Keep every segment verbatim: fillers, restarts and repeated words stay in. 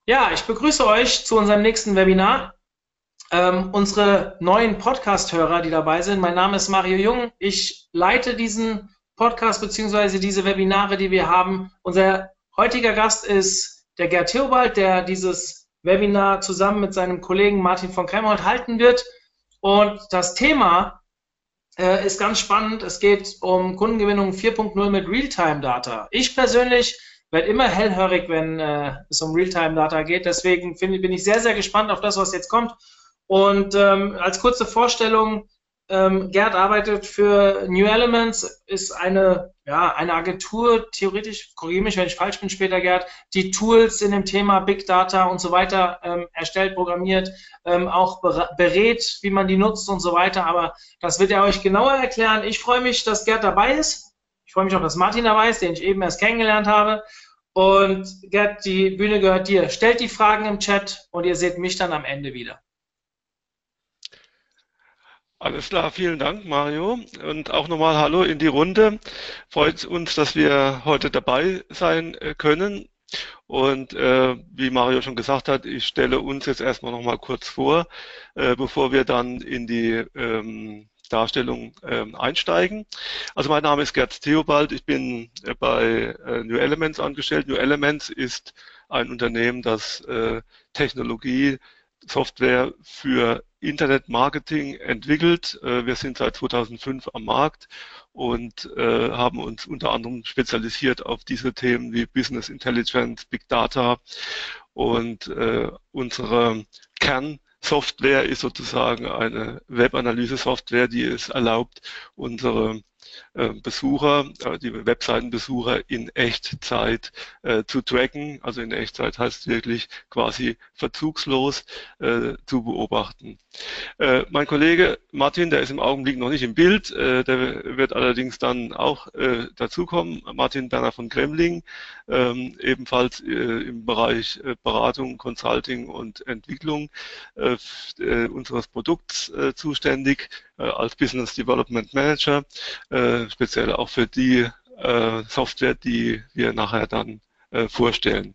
Ja, ich begrüße euch zu unserem nächsten Webinar. Ähm, unsere neuen Podcast-Hörer, die dabei sind. Mein Name ist Mario Jung. Ich leite diesen Podcast bzw. diese Webinare, die wir haben. Unser heutiger Gast ist der Gerd Theobald, der dieses Webinar zusammen mit seinem Kollegen Martin von Kremholt halten wird. Und das Thema äh, ist ganz spannend. Es geht um Kundengewinnung vier Punkt null mit Realtime-Data. Ich persönlich werde immer hellhörig, wenn äh, es um Realtime-Data geht. Deswegen find, bin ich sehr, sehr gespannt auf das, was jetzt kommt. Und ähm, als kurze Vorstellung, ähm, Gerd arbeitet für New Elements, ist eine, ja, eine Agentur, theoretisch, korrigiere mich, wenn ich falsch bin später, Gerd, die Tools in dem Thema Big Data und so weiter ähm, erstellt, programmiert, ähm, auch berät, wie man die nutzt und so weiter. Aber das wird er euch genauer erklären. Ich freue mich, dass Gerd dabei ist. Ich freue mich auch, dass Martin dabei ist, den ich eben erst kennengelernt habe. Und Gerd, die Bühne gehört dir. Stellt die Fragen im Chat und ihr seht mich dann am Ende wieder. Alles klar, vielen Dank, Mario. Und auch nochmal Hallo in die Runde. Freut uns, dass wir heute dabei sein können. Und äh, wie Mario schon gesagt hat, ich stelle uns jetzt erstmal nochmal kurz vor, äh, bevor wir dann in die ähm, Darstellung ähm, einsteigen. Also mein Name ist Gerd Theobald, ich bin äh, bei äh, New Elements angestellt. New Elements ist ein Unternehmen, das äh, Technologie, Software für Internetmarketing entwickelt. Wir sind seit zweitausendfünf am Markt und äh, haben uns unter anderem spezialisiert auf diese Themen wie Business Intelligence, Big Data und äh, unsere Kernsoftware ist sozusagen eine Webanalyse-Software, die es erlaubt, unsere Besucher, die Webseitenbesucher in Echtzeit äh, zu tracken. Also in Echtzeit heißt wirklich quasi verzugslos äh, zu beobachten. Äh, mein Kollege Martin, der ist im Augenblick noch nicht im Bild, äh, der wird allerdings dann auch äh, dazukommen. Martin Berner von Kremling, ähm, ebenfalls äh, im Bereich äh, Beratung, Consulting und Entwicklung äh, unseres Produkts äh, zuständig als Business Development Manager, äh, speziell auch für die äh, Software, die wir nachher dann äh, vorstellen.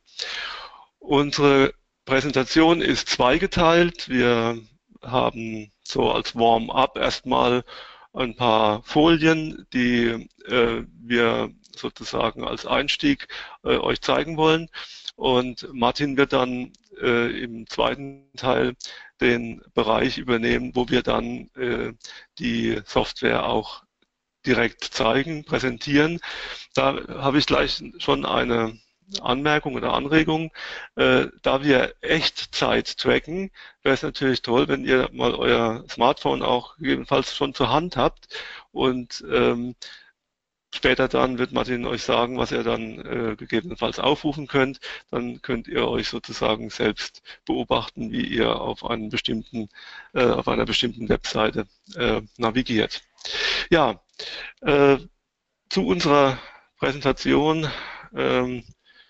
Unsere Präsentation ist zweigeteilt. Wir haben so als Warm-up erstmal ein paar Folien, die äh, wir sozusagen als Einstieg äh, euch zeigen wollen. Und Martin wird dann äh, im zweiten Teil den Bereich übernehmen, wo wir dann äh, die Software auch direkt zeigen, präsentieren. Da habe ich gleich schon eine Anmerkung oder Anregung. Äh, da wir Echtzeit tracken, wäre es natürlich toll, wenn ihr mal euer Smartphone auch gegebenenfalls schon zur Hand habt und ähm, später dann wird Martin euch sagen, was ihr dann äh, gegebenenfalls aufrufen könnt. Dann könnt ihr euch sozusagen selbst beobachten, wie ihr auf einen bestimmten, äh, auf einer bestimmten Webseite äh, navigiert. Ja, äh, zu unserer Präsentation ähm,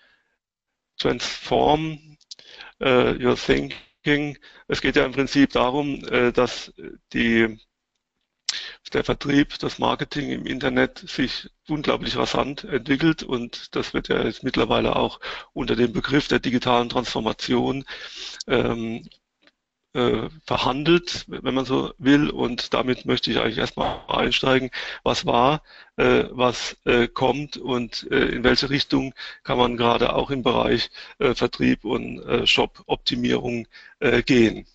Transform äh, Your Thinking. Es geht ja im Prinzip darum, äh, dass die der Vertrieb, das Marketing im Internet sich unglaublich rasant entwickelt und das wird ja jetzt mittlerweile auch unter dem Begriff der digitalen Transformation ähm, äh, verhandelt, wenn man so will, und damit möchte ich eigentlich erstmal einsteigen, was war, äh, was äh, kommt und äh, in welche Richtung kann man gerade auch im Bereich äh, Vertrieb und äh, Shop-Optimierung äh, gehen.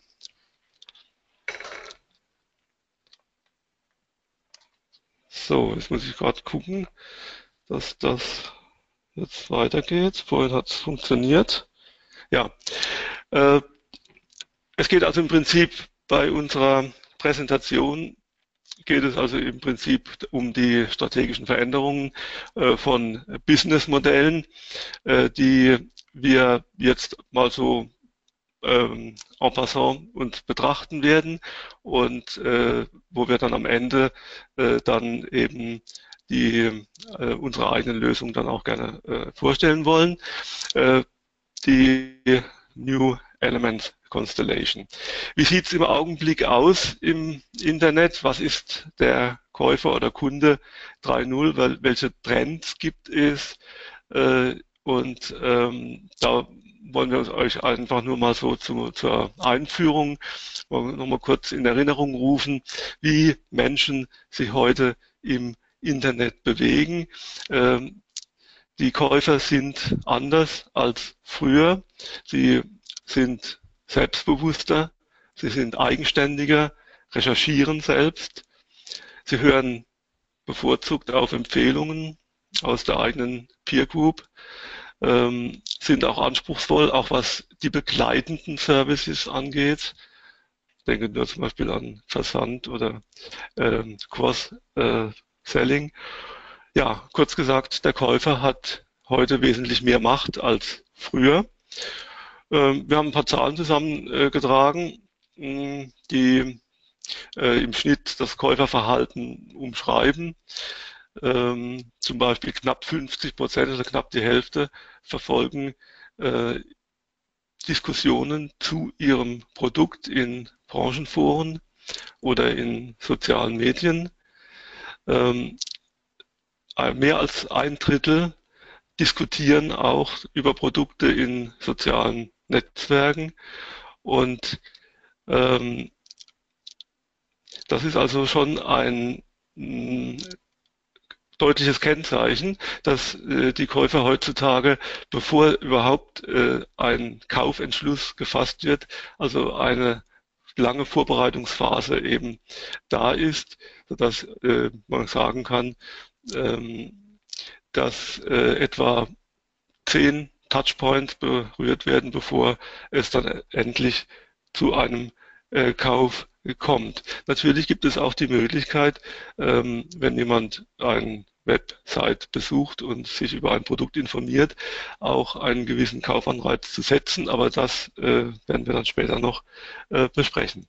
So, jetzt muss ich gerade gucken, dass das jetzt weitergeht. Vorhin hat es funktioniert. Ja, äh, es geht also im Prinzip bei unserer Präsentation, geht es also im Prinzip um die strategischen Veränderungen äh, von Businessmodellen, äh, die wir jetzt mal so ähm, en passant uns betrachten werden und äh, wo wir dann am Ende äh, dann eben die äh, unsere eigenen Lösungen dann auch gerne äh, vorstellen wollen. Äh, die New Elements Constellation. Wie sieht es im Augenblick aus im Internet? Was ist der Käufer oder Kunde drei Punkt null? Welche Trends gibt es? Äh, und ähm, da wollen wir uns euch einfach nur mal so zu, zur Einführung noch mal kurz in Erinnerung rufen, wie Menschen sich heute im Internet bewegen. Ähm, die Käufer sind anders als früher. Sie sind selbstbewusster, sie sind eigenständiger, recherchieren selbst. Sie hören bevorzugt auf Empfehlungen aus der eigenen Peer Group, ähm, sind auch anspruchsvoll, auch was die begleitenden Services angeht. Ich denke nur zum Beispiel an Versand oder ähm, Cross-Selling. Äh, ja, kurz gesagt, der Käufer hat heute wesentlich mehr Macht als früher. Ähm, wir haben ein paar Zahlen zusammengetragen, äh, die äh, im Schnitt das Käuferverhalten umschreiben. Ähm, zum Beispiel knapp fünfzig Prozent oder knapp die Hälfte verfolgen äh, Diskussionen zu ihrem Produkt in Branchenforen oder in sozialen Medien. Ähm, mehr als ein Drittel diskutieren auch über Produkte in sozialen Netzwerken und ähm, das ist also schon ein mh, deutliches Kennzeichen, dass äh, die Käufer heutzutage, bevor überhaupt äh, ein Kaufentschluss gefasst wird, also eine lange Vorbereitungsphase eben da ist, sodass äh, man sagen kann, ähm, dass äh, etwa zehn Touchpoints berührt werden, bevor es dann endlich zu einem äh, Kauf kommt. Natürlich gibt es auch die Möglichkeit, ähm, wenn jemand eine Website besucht und sich über ein Produkt informiert, auch einen gewissen Kaufanreiz zu setzen, aber das äh, werden wir dann später noch äh, besprechen.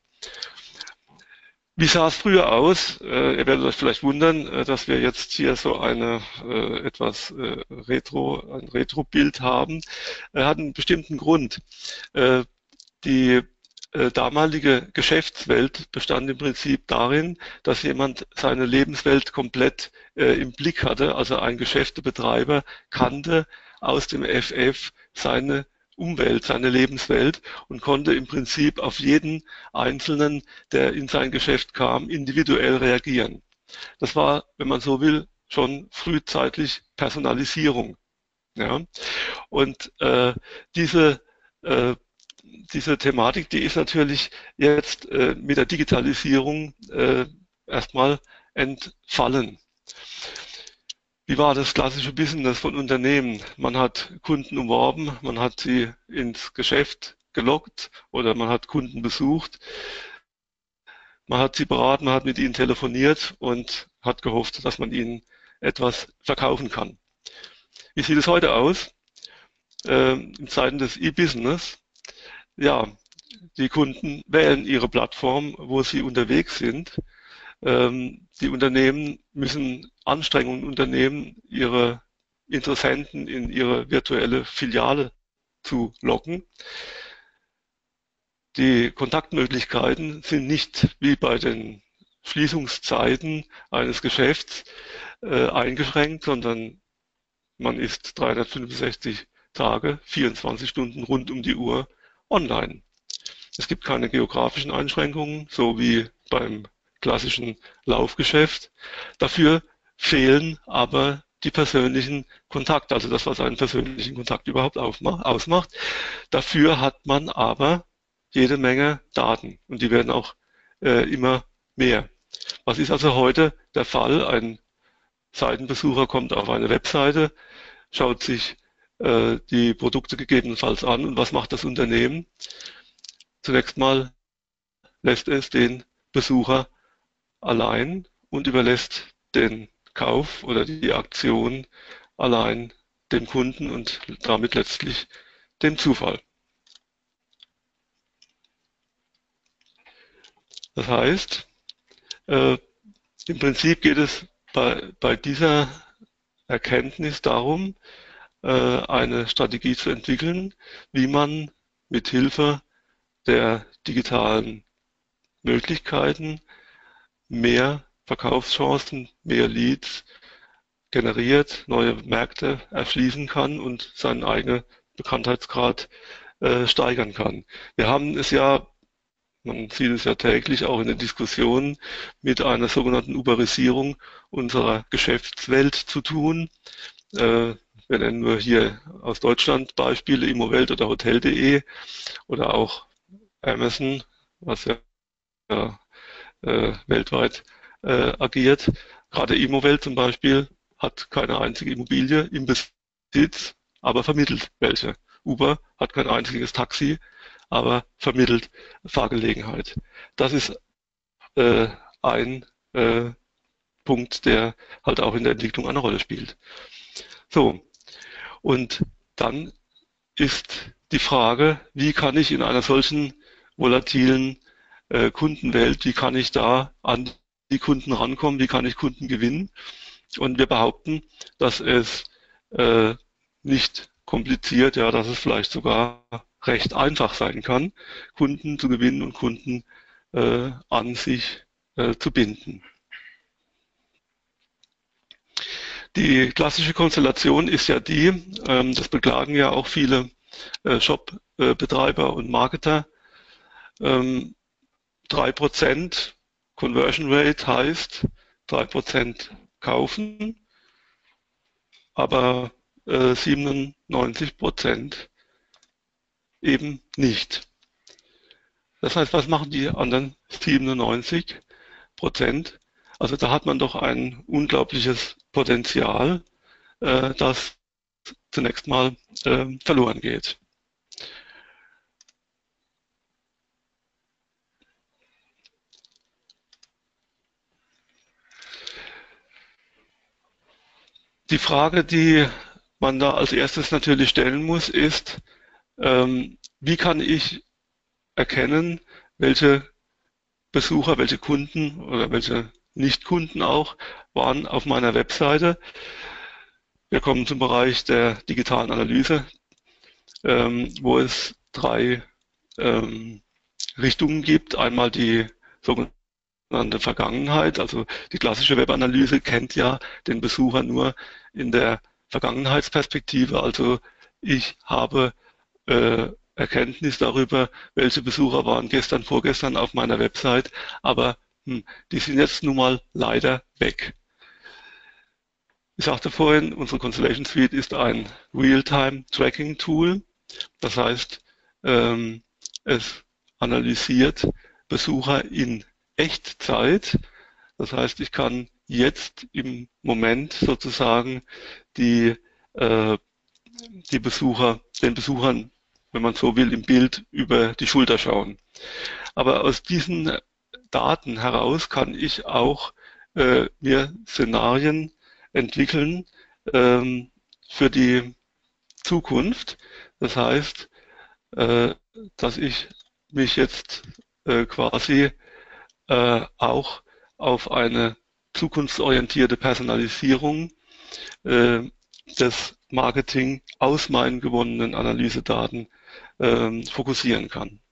Wie sah es früher aus? Äh, ihr werdet euch vielleicht wundern, äh, dass wir jetzt hier so eine äh, etwas äh, Retro, ein Retro-Bild haben. Er hat einen bestimmten Grund. Äh, die äh, damalige Geschäftswelt bestand im Prinzip darin, dass jemand seine Lebenswelt komplett äh, im Blick hatte. Also ein Geschäftebetreiber kannte aus dem F F seine Umwelt, seine Lebenswelt und konnte im Prinzip auf jeden Einzelnen, der in sein Geschäft kam, individuell reagieren. Das war, wenn man so will, schon frühzeitig Personalisierung. Ja? Und äh, diese, äh, diese Thematik, die ist natürlich jetzt äh, mit der Digitalisierung äh, erstmal entfallen. Wie war das klassische Business von Unternehmen? Man hat Kunden umworben, man hat sie ins Geschäft gelockt oder man hat Kunden besucht, man hat sie beraten, man hat mit ihnen telefoniert und hat gehofft, dass man ihnen etwas verkaufen kann. Wie sieht es heute aus? Ähm, in Zeiten des E-Business, ja, die Kunden wählen ihre Plattform, wo sie unterwegs sind. Ähm, die Unternehmen müssen Anstrengungen unternehmen, ihre Interessenten in ihre virtuelle Filiale zu locken. Die Kontaktmöglichkeiten sind nicht wie bei den Schließungszeiten eines Geschäfts äh, eingeschränkt, sondern man ist dreihundertfünfundsechzig Tage, vierundzwanzig Stunden rund um die Uhr online. Es gibt keine geografischen Einschränkungen, so wie beim klassischen Laufgeschäft. Dafür fehlen aber die persönlichen Kontakte, also das, was einen persönlichen Kontakt überhaupt ausmacht. Dafür hat man aber jede Menge Daten und die werden auch äh, immer mehr. Was ist also heute der Fall? Ein Seitenbesucher kommt auf eine Webseite, schaut sich äh, die Produkte gegebenenfalls an und was macht das Unternehmen? Zunächst mal lässt es den Besucher allein und überlässt den Kauf oder die Aktion allein dem Kunden und damit letztlich dem Zufall. Das heißt, äh, im Prinzip geht es bei, bei dieser Erkenntnis darum, äh, eine Strategie zu entwickeln, wie man mit Hilfe der digitalen Möglichkeiten mehr Verkaufschancen, mehr Leads generiert, neue Märkte erschließen kann und seine eigene Bekanntheitsgrad äh, steigern kann. Wir haben es ja, man sieht es ja täglich auch in der Diskussion, mit einer sogenannten Uberisierung unserer Geschäftswelt zu tun. Äh, wir nennen nur hier aus Deutschland Beispiele, Immowelt oder Hotel punkt de oder auch Amazon, was ja äh, weltweit äh, agiert. Gerade Immowelt zum Beispiel hat keine einzige Immobilie im Besitz, aber vermittelt welche. Uber hat kein einziges Taxi, aber vermittelt Fahrgelegenheit. Das ist äh, ein äh, Punkt, der halt auch in der Entwicklung eine Rolle spielt. So, und dann ist die Frage, wie kann ich in einer solchen volatilen äh, Kundenwelt, wie kann ich da an die Kunden rankommen, wie kann ich Kunden gewinnen? Und wir behaupten, dass es äh, nicht kompliziert, ja, dass es vielleicht sogar recht einfach sein kann, Kunden zu gewinnen und Kunden äh, an sich äh, zu binden. Die klassische Konstellation ist ja die, ähm, das beklagen ja auch viele äh, Shop-Betreiber und Marketer, ähm, drei Prozent Conversion Rate heißt drei Prozent kaufen, aber äh, siebenundneunzig Prozent eben nicht. Das heißt, was machen die anderen siebenundneunzig Prozent? Also da hat man doch ein unglaubliches Potenzial, äh, das zunächst mal äh, verloren geht. Die Frage, die man da als erstes natürlich stellen muss, ist, ähm, wie kann ich erkennen, welche Besucher, welche Kunden oder welche Nicht-Kunden auch waren auf meiner Webseite. Wir kommen zum Bereich der digitalen Analyse, ähm, wo es drei ähm, Richtungen gibt. Einmal die sogenannte Vergangenheit, also die klassische Webanalyse kennt ja den Besucher nur in der Vergangenheitsperspektive. Also ich habe äh, Erkenntnis darüber, welche Besucher waren gestern, vorgestern auf meiner Website, aber hm, die sind jetzt nun mal leider weg. Ich sagte vorhin, unsere Constellation Suite ist ein Real-Time-Tracking-Tool. Das heißt, ähm, es analysiert Besucher in Echtzeit. Das heißt, ich kann jetzt im Moment sozusagen die, äh, die Besucher, den Besuchern, wenn man so will, im Bild über die Schulter schauen. Aber aus diesen Daten heraus kann ich auch äh, mir Szenarien entwickeln ähm, für die Zukunft. Das heißt, äh, dass ich mich jetzt äh, quasi äh, auch auf eine zukunftsorientierte Personalisierung äh, des Marketing aus meinen gewonnenen Analysedaten äh, fokussieren kann.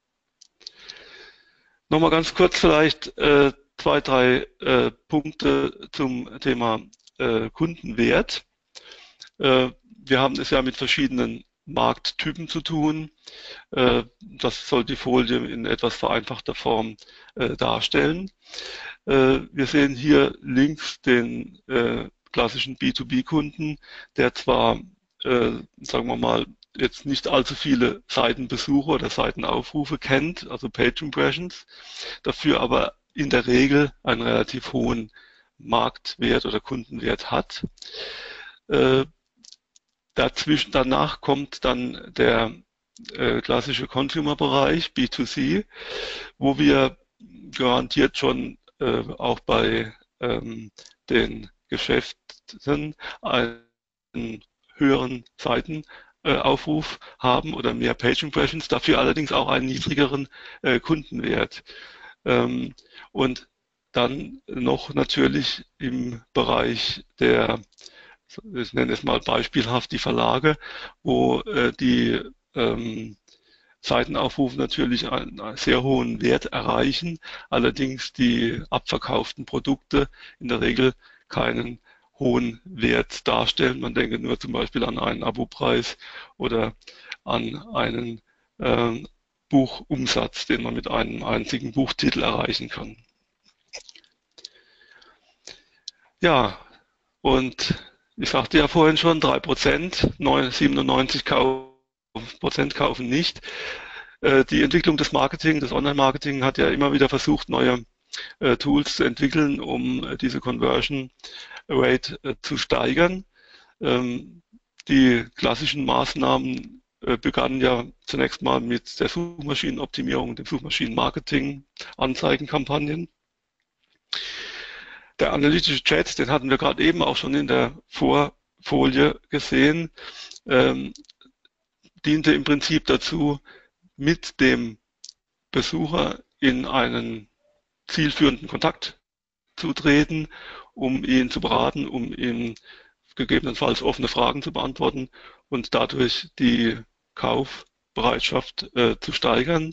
Nochmal ganz kurz vielleicht äh, zwei, drei äh, Punkte zum Thema äh, Kundenwert. Äh, wir haben es ja mit verschiedenen Markttypen zu tun. Äh, das soll die Folie in etwas vereinfachter Form äh, darstellen. Äh, wir sehen hier links den äh, klassischen B zwei B-Kunden, der zwar, äh, sagen wir mal, jetzt nicht allzu viele Seitenbesuche oder Seitenaufrufe kennt, also Page Impressions, dafür aber in der Regel einen relativ hohen Marktwert oder Kundenwert hat. Äh, dazwischen, danach kommt dann der äh, klassische Consumer-Bereich, B zwei C, wo wir garantiert schon äh, auch bei ähm, den Geschäften einen höheren Seitenaufruf haben oder mehr Page Impressions, dafür allerdings auch einen niedrigeren äh, Kundenwert. Ähm, und dann noch natürlich im Bereich der, ich nenne es mal beispielhaft, die Verlage, wo äh, die ähm, Seitenaufrufe natürlich einen, einen sehr hohen Wert erreichen, allerdings die abverkauften Produkte in der Regel keinen hohen Wert darstellen. Man denke nur zum Beispiel an einen Abopreis oder an einen äh, Buchumsatz, den man mit einem einzigen Buchtitel erreichen kann. Ja, und ich sagte ja vorhin schon, drei Prozent, siebenundneunzig Prozent kaufen nicht. Die Entwicklung des Marketing, des Online-Marketing hat ja immer wieder versucht, neue äh, Tools zu entwickeln, um äh, diese Conversion Rate äh, zu steigern. Ähm, die klassischen Maßnahmen äh, begannen ja zunächst mal mit der Suchmaschinenoptimierung, dem Suchmaschinenmarketing, Anzeigenkampagnen. Der analytische Chat, den hatten wir gerade eben auch schon in der Vorfolie gesehen, ähm, diente im Prinzip dazu, mit dem Besucher in einen zielführenden Kontakt zu treten, um ihn zu beraten, um ihm gegebenenfalls offene Fragen zu beantworten und dadurch die Kaufbereitschaft äh, zu steigern.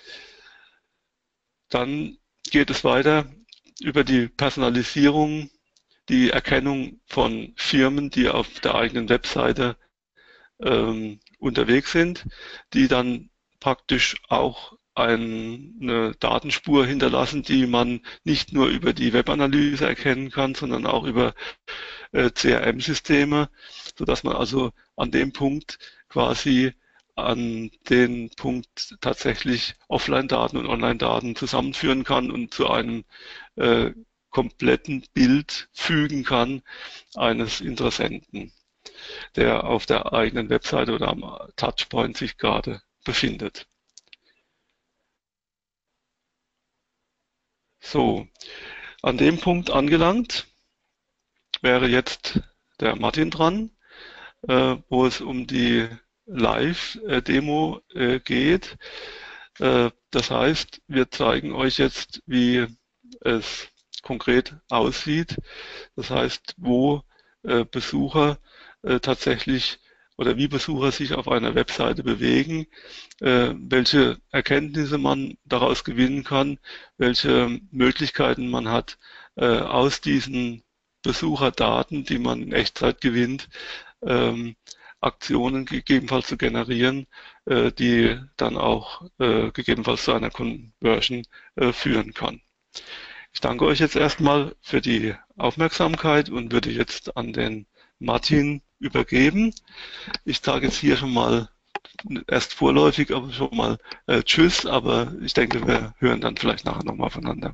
Dann geht es weiter über die Personalisierung, die Erkennung von Firmen, die auf der eigenen Webseite ähm, unterwegs sind, die dann praktisch auch eine Datenspur hinterlassen, die man nicht nur über die Webanalyse erkennen kann, sondern auch über äh, C R M-Systeme, sodass man also an dem Punkt quasi an den Punkt tatsächlich Offline-Daten und Online-Daten zusammenführen kann und zu einem äh, kompletten Bild fügen kann eines Interessenten, der auf der eigenen Webseite oder am Touchpoint sich gerade befindet. So, an dem Punkt angelangt wäre jetzt der Martin dran, äh, wo es um die Live-Demo äh, geht. Äh, das heißt, wir zeigen euch jetzt, wie es konkret aussieht. Das heißt, wo äh, Besucher äh, tatsächlich oder wie Besucher sich auf einer Webseite bewegen, äh, welche Erkenntnisse man daraus gewinnen kann, welche Möglichkeiten man hat, äh, aus diesen Besucherdaten, die man in Echtzeit gewinnt, ähm, Aktionen gegebenenfalls zu generieren, äh, die dann auch äh, gegebenenfalls zu einer Conversion äh, führen kann. Ich danke euch jetzt erstmal für die Aufmerksamkeit und würde jetzt an den Martin übergeben. Ich sage jetzt hier schon mal erst vorläufig, aber schon mal äh, Tschüss, aber ich denke, wir hören dann vielleicht nachher nochmal voneinander.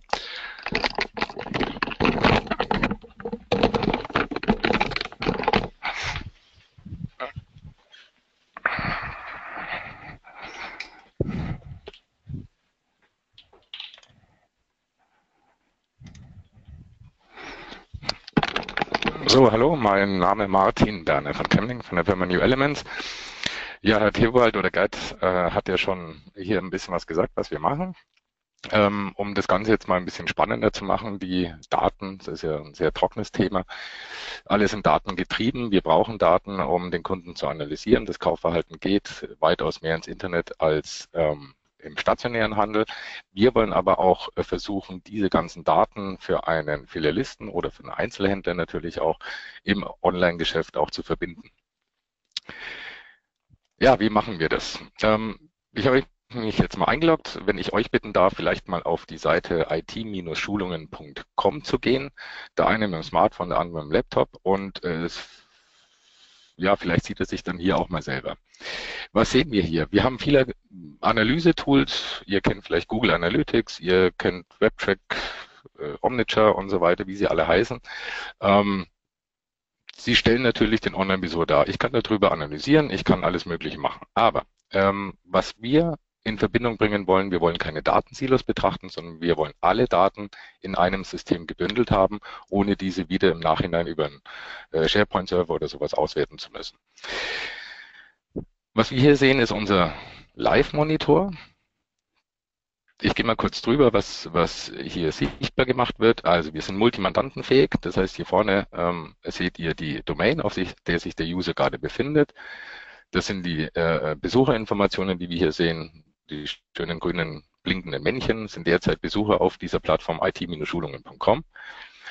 So, hallo, mein Name ist Martin Berner von Temling von der Firma New Elements. Ja, Herr Theobald oder Gerd äh, hat ja schon hier ein bisschen was gesagt, was wir machen. Ähm, um das Ganze jetzt mal ein bisschen spannender zu machen, die Daten, das ist ja ein sehr trockenes Thema, alle sind datengetrieben. Wir brauchen Daten, um den Kunden zu analysieren. Das Kaufverhalten geht weitaus mehr ins Internet als ähm, im stationären Handel. Wir wollen aber auch versuchen, diese ganzen Daten für einen Filialisten oder für einen Einzelhändler natürlich auch im Online-Geschäft auch zu verbinden. Ja, wie machen wir das? Ähm, ich habe mich jetzt mal eingeloggt. Wenn ich euch bitten darf, vielleicht mal auf die Seite I T Schulungen Punkt com zu gehen. Der eine mit dem Smartphone, der andere mit dem Laptop und äh, ja, vielleicht sieht es sich dann hier auch mal selber. Was sehen wir hier? Wir haben viele Analyse-Tools. Ihr kennt vielleicht Google Analytics, ihr kennt WebTrack, äh, Omniture und so weiter, wie sie alle heißen. Ähm, sie stellen natürlich den Online-Besucher dar. Ich kann darüber analysieren, ich kann alles Mögliche machen. Aber ähm, was wir in Verbindung bringen wollen, wir wollen keine Datensilos betrachten, sondern wir wollen alle Daten in einem System gebündelt haben, ohne diese wieder im Nachhinein über einen äh, SharePoint-Server oder sowas auswerten zu müssen. Was wir hier sehen, ist unser Live-Monitor. Ich gehe mal kurz drüber, was, was hier sichtbar gemacht wird. Also wir sind multimandantenfähig. Das heißt, hier vorne ähm, seht ihr die Domain, auf sich, der sich der User gerade befindet. Das sind die äh, Besucherinformationen, die wir hier sehen. Die schönen grünen blinkenden Männchen sind derzeit Besucher auf dieser Plattform I T Schulungen Punkt com.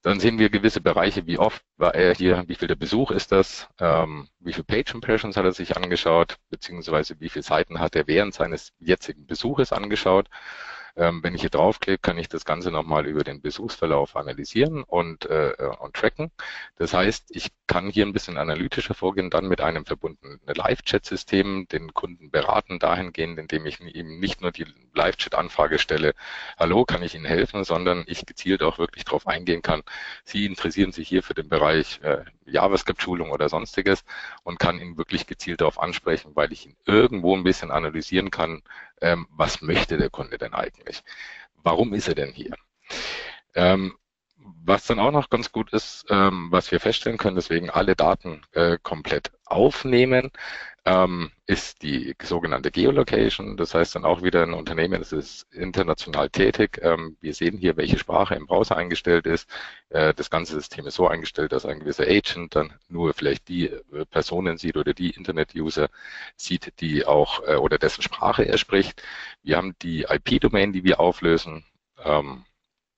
Dann sehen wir gewisse Bereiche, wie oft war er hier, wie viel der Besuch ist das, ähm, wie viel Page Impressions hat er sich angeschaut, beziehungsweise wie viele Seiten hat er während seines jetzigen Besuches angeschaut. Ähm, wenn ich hier draufklicke, kann ich das Ganze nochmal über den Besuchsverlauf analysieren und, äh, und tracken. Das heißt, ich kann hier ein bisschen analytischer vorgehen, dann mit einem verbundenen Live-Chat-System den Kunden beraten dahingehend, indem ich ihm nicht nur die Live-Chat-Anfrage stelle, hallo, kann ich Ihnen helfen, sondern ich gezielt auch wirklich darauf eingehen kann, Sie interessieren sich hier für den Bereich äh, JavaScript-Schulung oder sonstiges und kann ihn wirklich gezielt darauf ansprechen, weil ich ihn irgendwo ein bisschen analysieren kann, ähm, was möchte der Kunde denn eigentlich? Warum ist er denn hier? Ähm, was dann auch noch ganz gut ist, ähm, was wir feststellen können, deswegen alle Daten äh, komplett aufnehmen, ähm, ist die sogenannte Geolocation. Das heißt dann auch wieder ein Unternehmen, das ist international tätig. Ähm, wir sehen hier, welche Sprache im Browser eingestellt ist. Äh, das ganze System ist so eingestellt, dass ein gewisser Agent dann nur vielleicht die äh, Personen sieht oder die Internet-User sieht, die auch äh, oder dessen Sprache er spricht. Wir haben die I P-Domain, die wir auflösen. Ähm,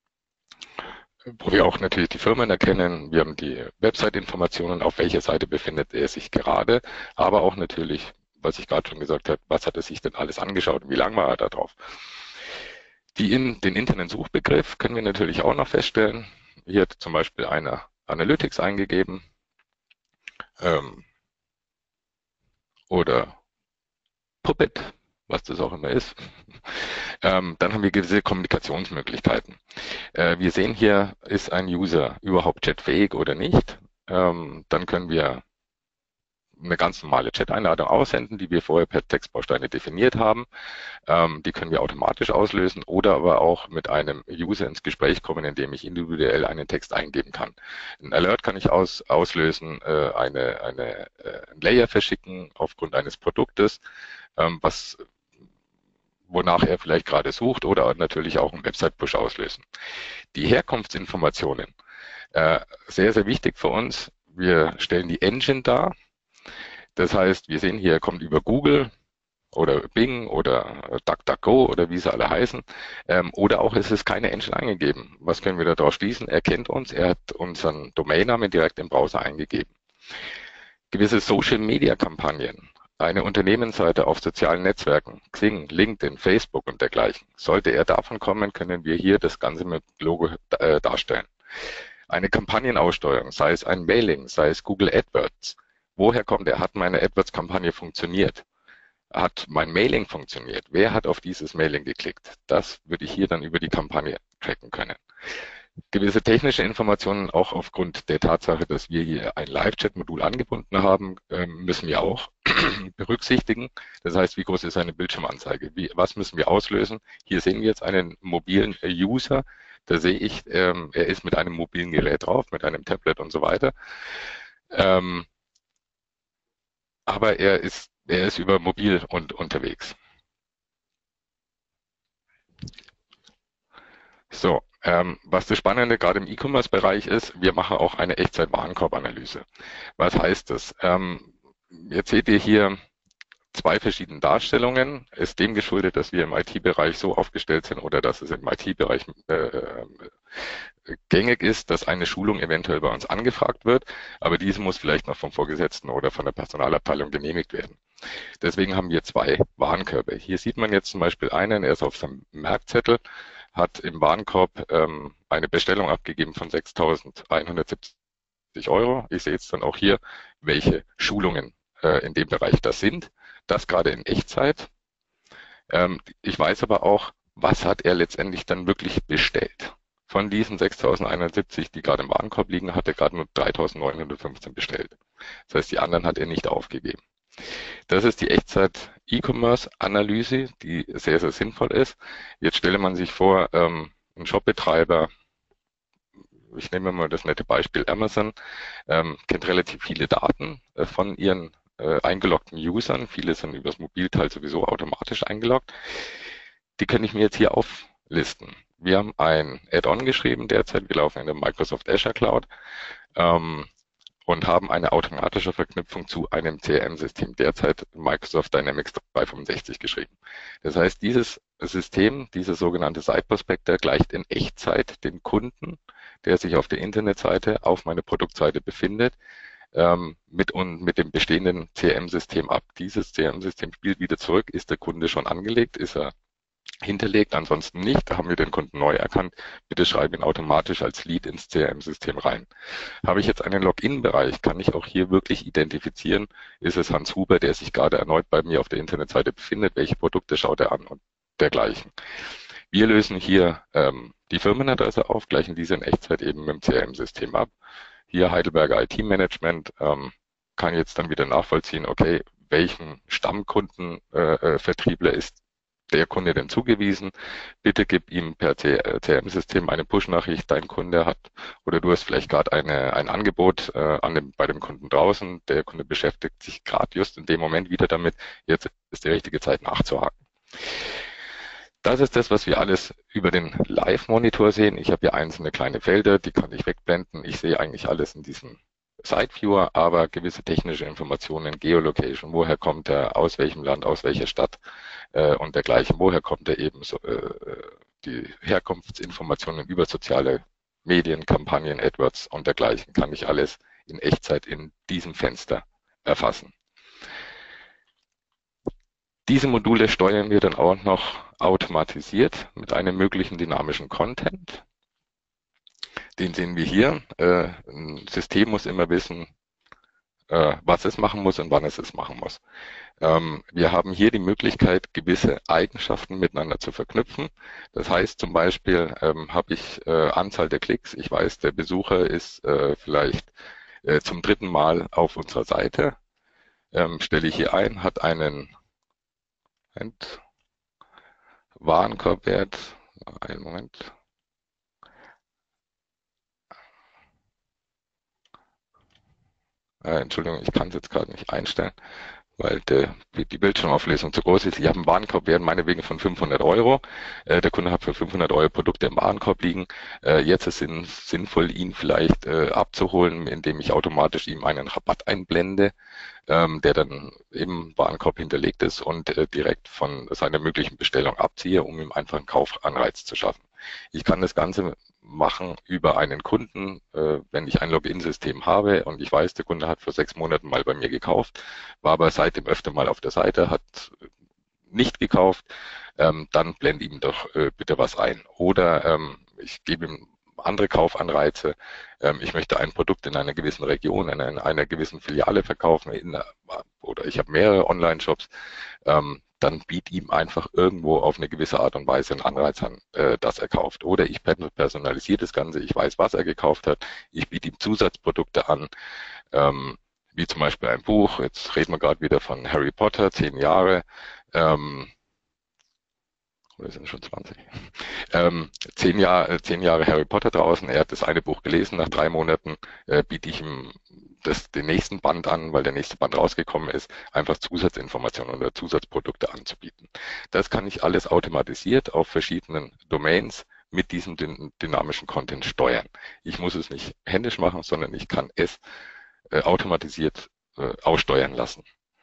wo wir auch natürlich die Firmen erkennen. Wir haben die Website-Informationen, auf welcher Seite befindet er sich gerade, aber auch natürlich, was ich gerade schon gesagt habe, was hat er sich denn alles angeschaut und wie lange war er da drauf. Die in, den internen Suchbegriff können wir natürlich auch noch feststellen. Hier hat zum Beispiel einer Analytics eingegeben ähm, oder Puppet, was das auch immer ist. Ähm, dann haben wir gewisse Kommunikationsmöglichkeiten. Äh, wir sehen hier, ist ein User überhaupt chatfähig oder nicht. Ähm, dann können wir eine ganz normale Chat-Einladung aussenden, die wir vorher per Textbausteine definiert haben. Ähm, die können wir automatisch auslösen oder aber auch mit einem User ins Gespräch kommen, indem ich individuell einen Text eingeben kann. Ein Alert kann ich aus, auslösen, äh, eine, eine, äh, ein Layer verschicken aufgrund eines Produktes, ähm, was wonach er vielleicht gerade sucht oder natürlich auch einen Website-Push auslösen. Die Herkunftsinformationen, äh, sehr, sehr wichtig für uns. Wir stellen die Engine dar. Das heißt, wir sehen hier, er kommt über Google oder Bing oder DuckDuckGo oder wie sie alle heißen. Ähm, oder auch ist es keine Engine eingegeben. Was können wir daraus schließen? Er kennt uns, er hat unseren Domainnamen direkt im Browser eingegeben. Gewisse Social-Media-Kampagnen. Eine Unternehmensseite auf sozialen Netzwerken, Xing, LinkedIn, Facebook und dergleichen. Sollte er davon kommen, können wir hier das Ganze mit Logo äh, darstellen. Eine Kampagnenaussteuerung, sei es ein Mailing, sei es Google AdWords. Woher kommt er? Hat meine AdWords-Kampagne funktioniert? Hat mein Mailing funktioniert? Wer hat auf dieses Mailing geklickt? Das würde ich hier dann über die Kampagne tracken können. Gewisse technische Informationen, auch aufgrund der Tatsache, dass wir hier ein Live-Chat-Modul angebunden haben, müssen wir auch berücksichtigen. Das heißt, wie groß ist eine Bildschirmanzeige? Wie, was müssen wir auslösen? Hier sehen wir jetzt einen mobilen User. Da sehe ich, ähm, er ist mit einem mobilen Gerät drauf, mit einem Tablet und so weiter. Ähm, aber er ist, er ist über mobil und unterwegs. So, ähm, was das Spannende gerade im E-Commerce-Bereich ist, wir machen auch eine Echtzeit-Warenkorb-Analyse. Was heißt das? Ähm, jetzt seht ihr hier zwei verschiedene Darstellungen. Ist dem geschuldet, dass wir im I T-Bereich so aufgestellt sind oder dass es im I T-Bereich äh, gängig ist, dass eine Schulung eventuell bei uns angefragt wird, aber diese muss vielleicht noch vom Vorgesetzten oder von der Personalabteilung genehmigt werden. Deswegen haben wir zwei Warenkörbe. Hier sieht man jetzt zum Beispiel einen, er ist auf seinem Merkzettel, hat im Warenkorb ähm, eine Bestellung abgegeben von sechstausendeinhundertsiebzig Euro. Ich sehe jetzt dann auch hier, welche Schulungen äh, in dem Bereich das sind. Das gerade in Echtzeit. Ähm, ich weiß aber auch, was hat er letztendlich dann wirklich bestellt. Von diesen sechstausendeinhundertsiebzig, die gerade im Warenkorb liegen, hat er gerade nur dreitausendneunhundertfünfzehn bestellt. Das heißt, die anderen hat er nicht aufgegeben. Das ist die Echtzeit-E-Commerce-Analyse, die sehr, sehr sinnvoll ist. Jetzt stelle man sich vor, ähm, ein Shopbetreiber, ich nehme mal das nette Beispiel Amazon, ähm, kennt relativ viele Daten äh, von ihren äh, eingeloggten Usern. Viele sind übers Mobilteil sowieso automatisch eingeloggt. Die kann ich mir jetzt hier auflisten. Wir haben ein Add-on geschrieben derzeit. Wir laufen in der Microsoft Azure Cloud. Ähm, und haben eine automatische Verknüpfung zu einem C R M-System, derzeit Microsoft Dynamics dreihundertfünfundsechzig geschrieben. Das heißt, dieses System, dieser sogenannte Site Prospector gleicht in Echtzeit den Kunden der sich auf der Internetseite auf meiner Produktseite befindet, ähm, mit, und mit dem bestehenden C R M-System ab. Dieses C R M-System spielt wieder zurück, ist der Kunde schon angelegt, ist er hinterlegt, ansonsten nicht. Da haben wir den Kunden neu erkannt. Bitte schreibe ihn automatisch als Lead ins C R M-System rein. Habe ich jetzt einen Login-Bereich, kann ich auch hier wirklich identifizieren, ist es Hans Huber, der sich gerade erneut bei mir auf der Internetseite befindet, welche Produkte schaut er an und dergleichen. Wir lösen hier ähm, die Firmenadresse auf, gleichen diese in Echtzeit eben mit dem C R M-System ab. Hier Heidelberger I T-Management ähm, kann jetzt dann wieder nachvollziehen, okay, welchen Stammkunden äh, Vertriebler ist der Kunde denn zugewiesen. Bitte gib ihm per C R M-System eine Push-Nachricht, dein Kunde hat oder du hast vielleicht gerade eine, ein Angebot äh, an dem, bei dem Kunden draußen. Der Kunde beschäftigt sich gerade just in dem Moment wieder damit. Jetzt ist die richtige Zeit nachzuhaken. Das ist das, was wir alles über den Live-Monitor sehen. Ich habe hier einzelne kleine Felder, die kann ich wegblenden. Ich sehe eigentlich alles in diesem Side-Viewer, aber gewisse technische Informationen, Geolocation, woher kommt er, aus welchem Land, aus welcher Stadt äh, und dergleichen, woher kommt er eben, so, äh, die Herkunftsinformationen über soziale Medien, Kampagnen, AdWords und dergleichen, kann ich alles in Echtzeit in diesem Fenster erfassen. Diese Module steuern wir dann auch noch automatisiert mit einem möglichen dynamischen Content. Den sehen wir hier. Äh, ein System muss immer wissen, äh, was es machen muss und wann es es machen muss. Ähm, wir haben hier die Möglichkeit, gewisse Eigenschaften miteinander zu verknüpfen. Das heißt zum Beispiel, ähm, habe ich äh, Anzahl der Klicks. Ich weiß, der Besucher ist äh, vielleicht äh, zum dritten Mal auf unserer Seite. Ähm, stelle ich hier ein, hat einen Moment, Warenkorbwert. Einen Moment. Äh, Entschuldigung, ich kann es jetzt gerade nicht einstellen, weil der, die Bildschirmauflösung zu groß ist. Ich habe einen Warenkorbwert meinetwegen von fünfhundert Euro. Äh, der Kunde hat für fünfhundert Euro Produkte im Warenkorb liegen. Äh, jetzt ist es sinnvoll, ihn vielleicht äh, abzuholen, indem ich automatisch ihm einen Rabatt einblende, ähm, der dann im Warenkorb hinterlegt ist und äh, direkt von seiner möglichen Bestellung abziehe, um ihm einfach einen Kaufanreiz zu schaffen. Ich kann das Ganze machen über einen Kunden, äh, wenn ich ein Login-System habe und ich weiß, der Kunde hat vor sechs Monaten mal bei mir gekauft, war aber seitdem öfter mal auf der Seite, hat nicht gekauft, ähm, dann blende ihm doch äh, bitte was ein. Oder ähm, ich gebe ihm andere Kaufanreize. Ähm, ich möchte ein Produkt in einer gewissen Region, in einer, einer gewissen Filiale verkaufen in, oder ich habe mehrere Online-Shops. Ähm, dann biete ihm einfach irgendwo auf eine gewisse Art und Weise einen Anreiz an, äh, dass er kauft. Oder ich personalisiere das Ganze, ich weiß, was er gekauft hat, ich biete ihm Zusatzprodukte an, ähm, wie zum Beispiel ein Buch, jetzt reden wir gerade wieder von Harry Potter, zehn Jahre, ähm, oder sind schon zwanzig, ähm, zehn Jahre, zehn Jahre Harry Potter draußen, er hat das eine Buch gelesen, nach drei Monaten äh, biete ich ihm das, den nächsten Band an, weil der nächste Band rausgekommen ist, einfach Zusatzinformationen oder Zusatzprodukte anzubieten. Das kann ich alles automatisiert auf verschiedenen Domains mit diesem dynamischen Content steuern. Ich muss es nicht händisch machen, sondern ich kann es äh, automatisiert äh, aussteuern lassen.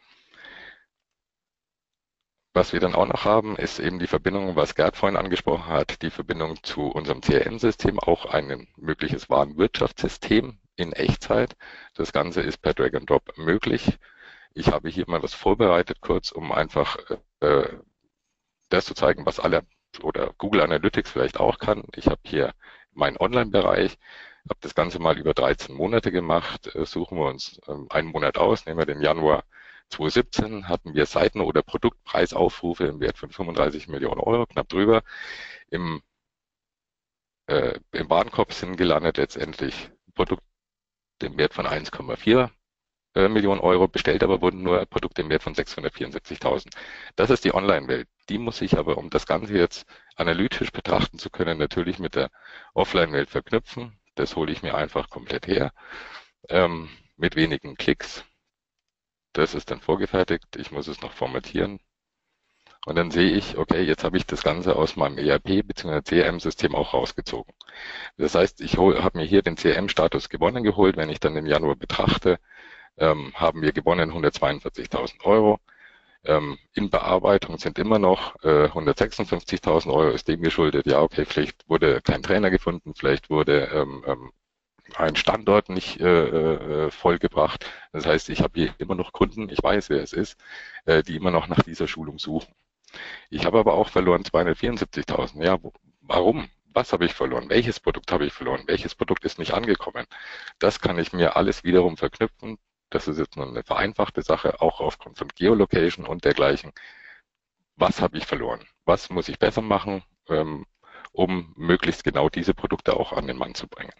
Was wir dann auch noch haben, ist eben die Verbindung, was Gerd vorhin angesprochen hat, die Verbindung zu unserem C R M-System, auch ein mögliches Warenwirtschaftssystem in Echtzeit. Das Ganze ist per Drag and Drop möglich. Ich habe hier mal was vorbereitet, kurz, um einfach äh, das zu zeigen, was alle oder Google Analytics vielleicht auch kann. Ich habe hier meinen Online-Bereich, habe das Ganze mal über dreizehn Monate gemacht. Suchen wir uns ähm, einen Monat aus, nehmen wir den Januar zweitausendsiebzehn, hatten wir Seiten- oder Produktpreisaufrufe im Wert von fünfunddreißig Millionen Euro, knapp drüber. Im, äh, im Warenkorb sind gelandet letztendlich Produkte im Wert von eins Komma vier äh, Millionen Euro, bestellt aber wurden nur Produkte im Wert von sechshundertvierundsiebzigtausend. Das ist die Online-Welt. Die muss ich aber, um das Ganze jetzt analytisch betrachten zu können, natürlich mit der Offline-Welt verknüpfen. Das hole ich mir einfach komplett her, ähm, mit wenigen Klicks. Das ist dann vorgefertigt. Ich muss es noch formatieren. Und dann sehe ich, okay, jetzt habe ich das Ganze aus meinem E R P bzw. C R M-System auch rausgezogen. Das heißt, ich habe mir hier den C R M-Status gewonnen geholt. Wenn ich dann den Januar betrachte, ähm, haben wir gewonnen hundertzweiundvierzigtausend Euro. Ähm, in Bearbeitung sind immer noch äh, hundertsechsundfünfzigtausend Euro, ist dem geschuldet. Ja, okay, vielleicht wurde kein Trainer gefunden, vielleicht wurde ähm, ähm, ein Standort nicht äh, äh, vollgebracht. Das heißt, ich habe hier immer noch Kunden, ich weiß, wer es ist, äh, die immer noch nach dieser Schulung suchen. Ich habe aber auch verloren zweihundertvierundsiebzigtausend. Ja, wo, warum? Was habe ich verloren? Welches Produkt habe ich verloren? Welches Produkt ist nicht angekommen? Das kann ich mir alles wiederum verknüpfen. Das ist jetzt nur eine vereinfachte Sache, auch aufgrund von Geolocation und dergleichen. Was habe ich verloren? Was muss ich besser machen, ähm, um möglichst genau diese Produkte auch an den Mann zu bringen?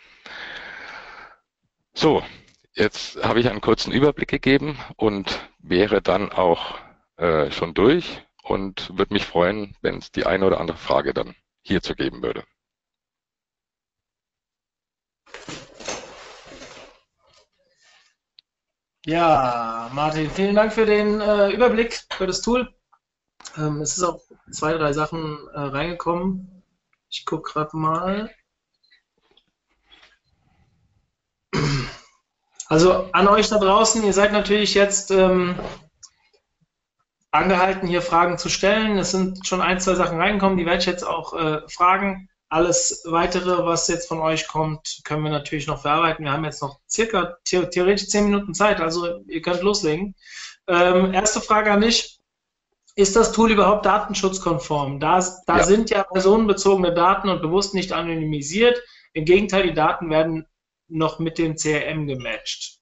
So, jetzt habe ich einen kurzen Überblick gegeben und wäre dann auch äh, schon durch und würde mich freuen, wenn es die eine oder andere Frage dann hierzu geben würde. Ja, Martin, vielen Dank für den äh, Überblick, für das Tool. Ähm, es ist auch zwei, drei Sachen äh, reingekommen. Ich gucke gerade mal. Also an euch da draußen, ihr seid natürlich jetzt ähm, angehalten, hier Fragen zu stellen. Es sind schon ein, zwei Sachen reingekommen, die werde ich jetzt auch äh, fragen. Alles Weitere, was jetzt von euch kommt, können wir natürlich noch verarbeiten. Wir haben jetzt noch circa the theoretisch zehn Minuten Zeit, also ihr könnt loslegen. Ähm, erste Frage an dich. Ist das Tool überhaupt datenschutzkonform? Da, da Ja. sind ja personenbezogene Daten und bewusst nicht anonymisiert. Im Gegenteil, die Daten werden noch mit dem C R M gematcht.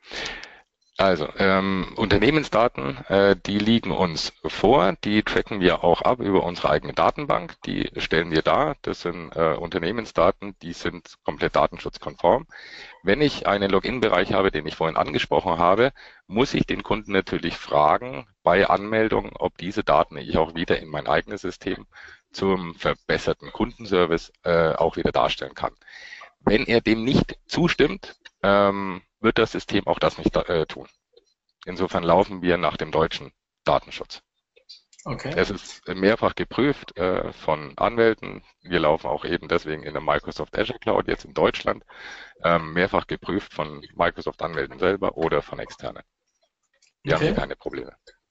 Also, ähm, Unternehmensdaten, äh, die liegen uns vor, die tracken wir auch ab über unsere eigene Datenbank, die stellen wir dar. Das sind äh, Unternehmensdaten, die sind komplett datenschutzkonform. Wenn ich einen Login-Bereich habe, den ich vorhin angesprochen habe, muss ich den Kunden natürlich fragen bei Anmeldung, ob diese Daten ich auch wieder in mein eigenes System zum verbesserten Kundenservice äh, auch wieder darstellen kann. Wenn er dem nicht zustimmt, ähm, wird das System auch das nicht äh, tun. Insofern laufen wir nach dem deutschen Datenschutz. Okay. Es ist mehrfach geprüft äh, von Anwälten. Wir laufen auch eben deswegen in der Microsoft Azure Cloud, jetzt in Deutschland, ähm, mehrfach geprüft von Microsoft Anwälten selber oder von externen. Wir Okay. haben hier keine Probleme.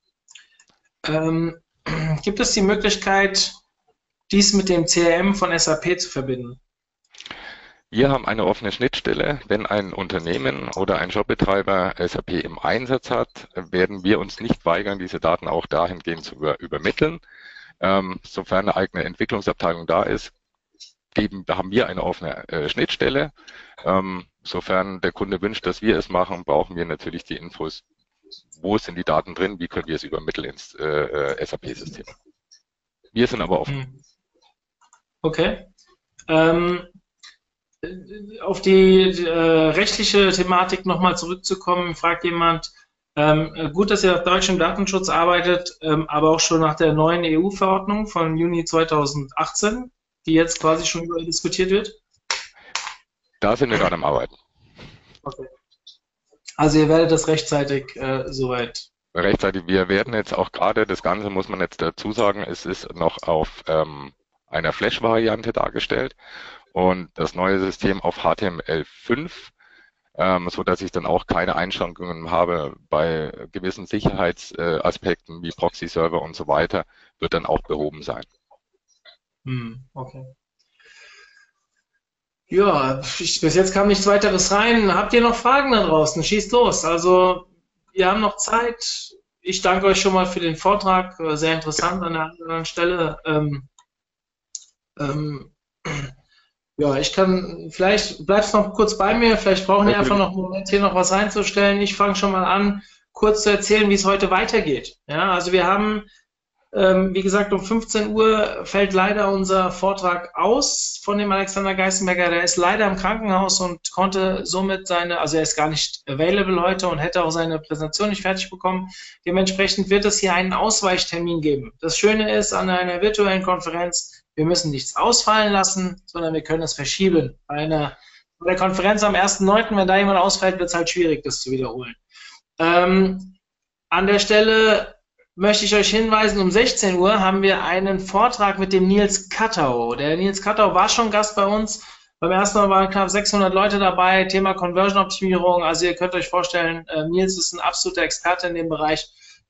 Ähm, gibt es die Möglichkeit, dies mit dem C R M von S A P zu verbinden? Wir haben eine offene Schnittstelle. Wenn ein Unternehmen oder ein Jobbetreiber S A P im Einsatz hat, werden wir uns nicht weigern, diese Daten auch dahingehend zu über, übermitteln. Ähm, sofern eine eigene Entwicklungsabteilung da ist, geben, haben wir eine offene äh, Schnittstelle. Ähm, sofern der Kunde wünscht, dass wir es machen, brauchen wir natürlich die Infos, wo sind die Daten drin, wie können wir es übermitteln ins äh, S A P-System. Wir sind aber offen. Okay. Ähm, auf die äh, rechtliche Thematik nochmal zurückzukommen, fragt jemand, ähm, gut, dass ihr auf deutschem Datenschutz arbeitet, ähm, aber auch schon nach der neuen E U-Verordnung von Juni zweitausendachtzehn, die jetzt quasi schon überall diskutiert wird? Da sind wir gerade am Arbeiten. Okay. Also ihr werdet das rechtzeitig äh, soweit. Rechtzeitig, wir werden jetzt auch gerade, das Ganze muss man jetzt dazu sagen, es ist noch auf ähm, einer Flash-Variante dargestellt. Und das neue System auf H T M L fünf, ähm, so dass ich dann auch keine Einschränkungen habe bei gewissen Sicherheitsaspekten wie Proxy-Server und so weiter, wird dann auch behoben sein. Hm, okay. Ja, ich, bis jetzt kam nichts weiteres rein. Habt ihr noch Fragen da draußen? Schießt los. Also, wir haben noch Zeit. Ich danke euch schon mal für den Vortrag. Sehr interessant an der anderen Stelle. Ähm, ähm, Ja, ich kann, vielleicht bleibst du noch kurz bei mir, vielleicht brauchen wir einfach noch einen Moment, hier noch was reinzustellen. Ich fange schon mal an, kurz zu erzählen, wie es heute weitergeht. Ja, also wir haben, ähm, wie gesagt, um fünfzehn Uhr fällt leider unser Vortrag aus von dem Alexander Geißenberger. Der ist leider im Krankenhaus und konnte somit seine, also er ist gar nicht available heute und hätte auch seine Präsentation nicht fertig bekommen. Dementsprechend wird es hier einen Ausweichtermin geben. Das Schöne ist an einer virtuellen Konferenz, wir müssen nichts ausfallen lassen, sondern wir können es verschieben. Bei einer bei der Konferenz am ersten neunten, wenn da jemand ausfällt, wird es halt schwierig, das zu wiederholen. Ähm, an der Stelle möchte ich euch hinweisen, um sechzehn Uhr haben wir einen Vortrag mit dem Nils Kattau. Der Nils Kattau war schon Gast bei uns. Beim ersten Mal waren knapp sechshundert Leute dabei, Thema Conversion-Optimierung. Also ihr könnt euch vorstellen, äh, Nils ist ein absoluter Experte in dem Bereich. Ich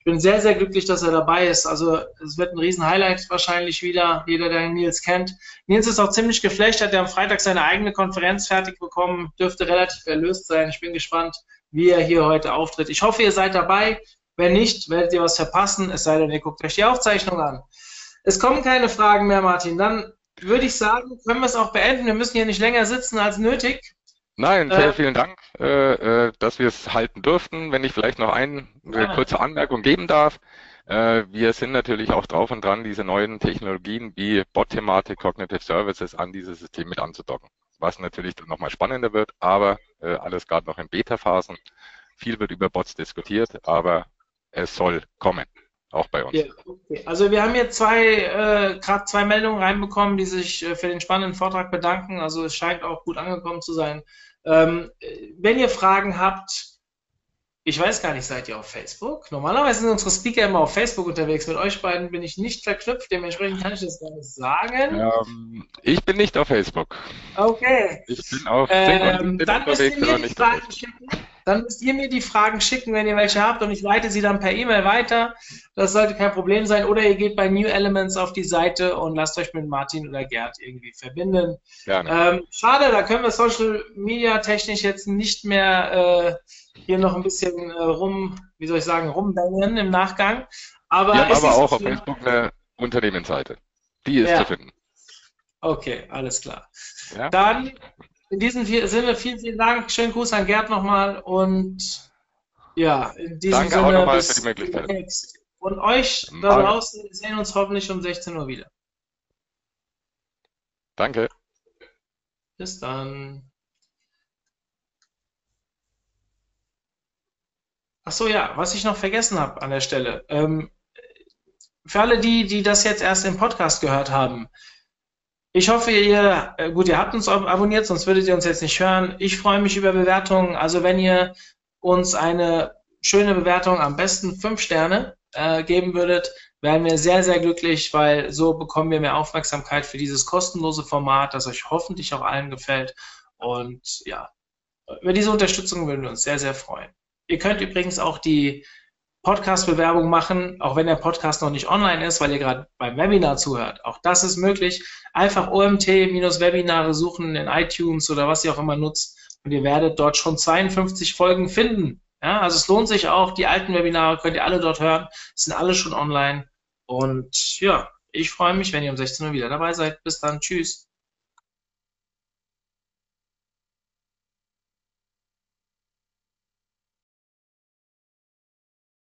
Ich bin sehr, sehr glücklich, dass er dabei ist. Also es wird ein Riesen-Highlight wahrscheinlich wieder, jeder, der Nils kennt. Nils ist auch ziemlich geflasht, hat ja am Freitag seine eigene Konferenz fertig bekommen, dürfte relativ erlöst sein. Ich bin gespannt, wie er hier heute auftritt. Ich hoffe, ihr seid dabei. Wenn nicht, werdet ihr was verpassen, es sei denn, ihr guckt euch die Aufzeichnung an. Es kommen keine Fragen mehr, Martin. Dann würde ich sagen, können wir es auch beenden. Wir müssen hier nicht länger sitzen als nötig. Nein, sehr Äh, vielen Dank, äh, äh, dass wir es halten durften. Wenn ich vielleicht noch eine Gerne. kurze Anmerkung geben darf. Äh, wir sind natürlich auch drauf und dran, diese neuen Technologien wie Bot-Thematik, Cognitive Services an dieses System mit anzudocken. Was natürlich dann nochmal spannender wird, aber äh, alles gerade noch in Beta-Phasen. Viel wird über Bots diskutiert, aber es soll kommen, auch bei uns. Ja, okay. Also wir haben hier zwei, äh, gerade zwei Meldungen reinbekommen, die sich äh, für den spannenden Vortrag bedanken. Also es scheint auch gut angekommen zu sein. Ähm, wenn ihr Fragen habt, ich weiß gar nicht, seid ihr auf Facebook? Normalerweise sind unsere Speaker immer auf Facebook unterwegs. Mit euch beiden bin ich nicht verknüpft, dementsprechend kann ich das gar nicht sagen. Ähm, ich bin nicht auf Facebook. Okay. Ich bin auf Ähm, bin dann müsst ihr unterwegs, mir aber die nicht auf Fragen Facebook. schicken. Dann müsst ihr mir die Fragen schicken, wenn ihr welche habt, und ich leite sie dann per E-Mail weiter. Das sollte kein Problem sein. Oder ihr geht bei New Elements auf die Seite und lasst euch mit Martin oder Gerd irgendwie verbinden. Gerne. Ähm, schade, da können wir Social Media technisch jetzt nicht mehr äh, hier noch ein bisschen äh, rum, wie soll ich sagen, rumbängen im Nachgang. Aber Wir haben es aber ist auch auf schön. Facebook eine Unternehmensseite. Die ist Ja. zu finden. Okay, alles klar. Ja? Dann in diesem Sinne vielen, vielen Dank. Schönen Gruß an Gerd nochmal und ja, in diesem Danke auch Sinne nochmal bis für die Möglichkeit. demnächst. Und euch da Mal. draußen, wir sehen uns hoffentlich um sechzehn Uhr wieder. Danke. Bis dann. Ach so, ja, was ich noch vergessen habe an der Stelle. Ähm, für alle die, die das jetzt erst im Podcast gehört haben, ich hoffe, ihr, äh, gut, ihr habt uns ab- abonniert, sonst würdet ihr uns jetzt nicht hören. Ich freue mich über Bewertungen. Also wenn ihr uns eine schöne Bewertung, am besten fünf Sterne, äh, geben würdet, wären wir sehr, sehr glücklich, weil so bekommen wir mehr Aufmerksamkeit für dieses kostenlose Format, das euch hoffentlich auch allen gefällt. Und ja, über diese Unterstützung würden wir uns sehr, sehr freuen. Ihr könnt übrigens auch die Podcast-Bewerbung machen, auch wenn der Podcast noch nicht online ist, weil ihr gerade beim Webinar zuhört. Auch das ist möglich. Einfach O M T-Webinare suchen in iTunes oder was ihr auch immer nutzt und ihr werdet dort schon zweiundfünfzig Folgen finden. Ja, also es lohnt sich auch. Die alten Webinare könnt ihr alle dort hören. Sind alle schon online. Und ja, ich freue mich, wenn ihr um sechzehn Uhr wieder dabei seid. Bis dann. Tschüss.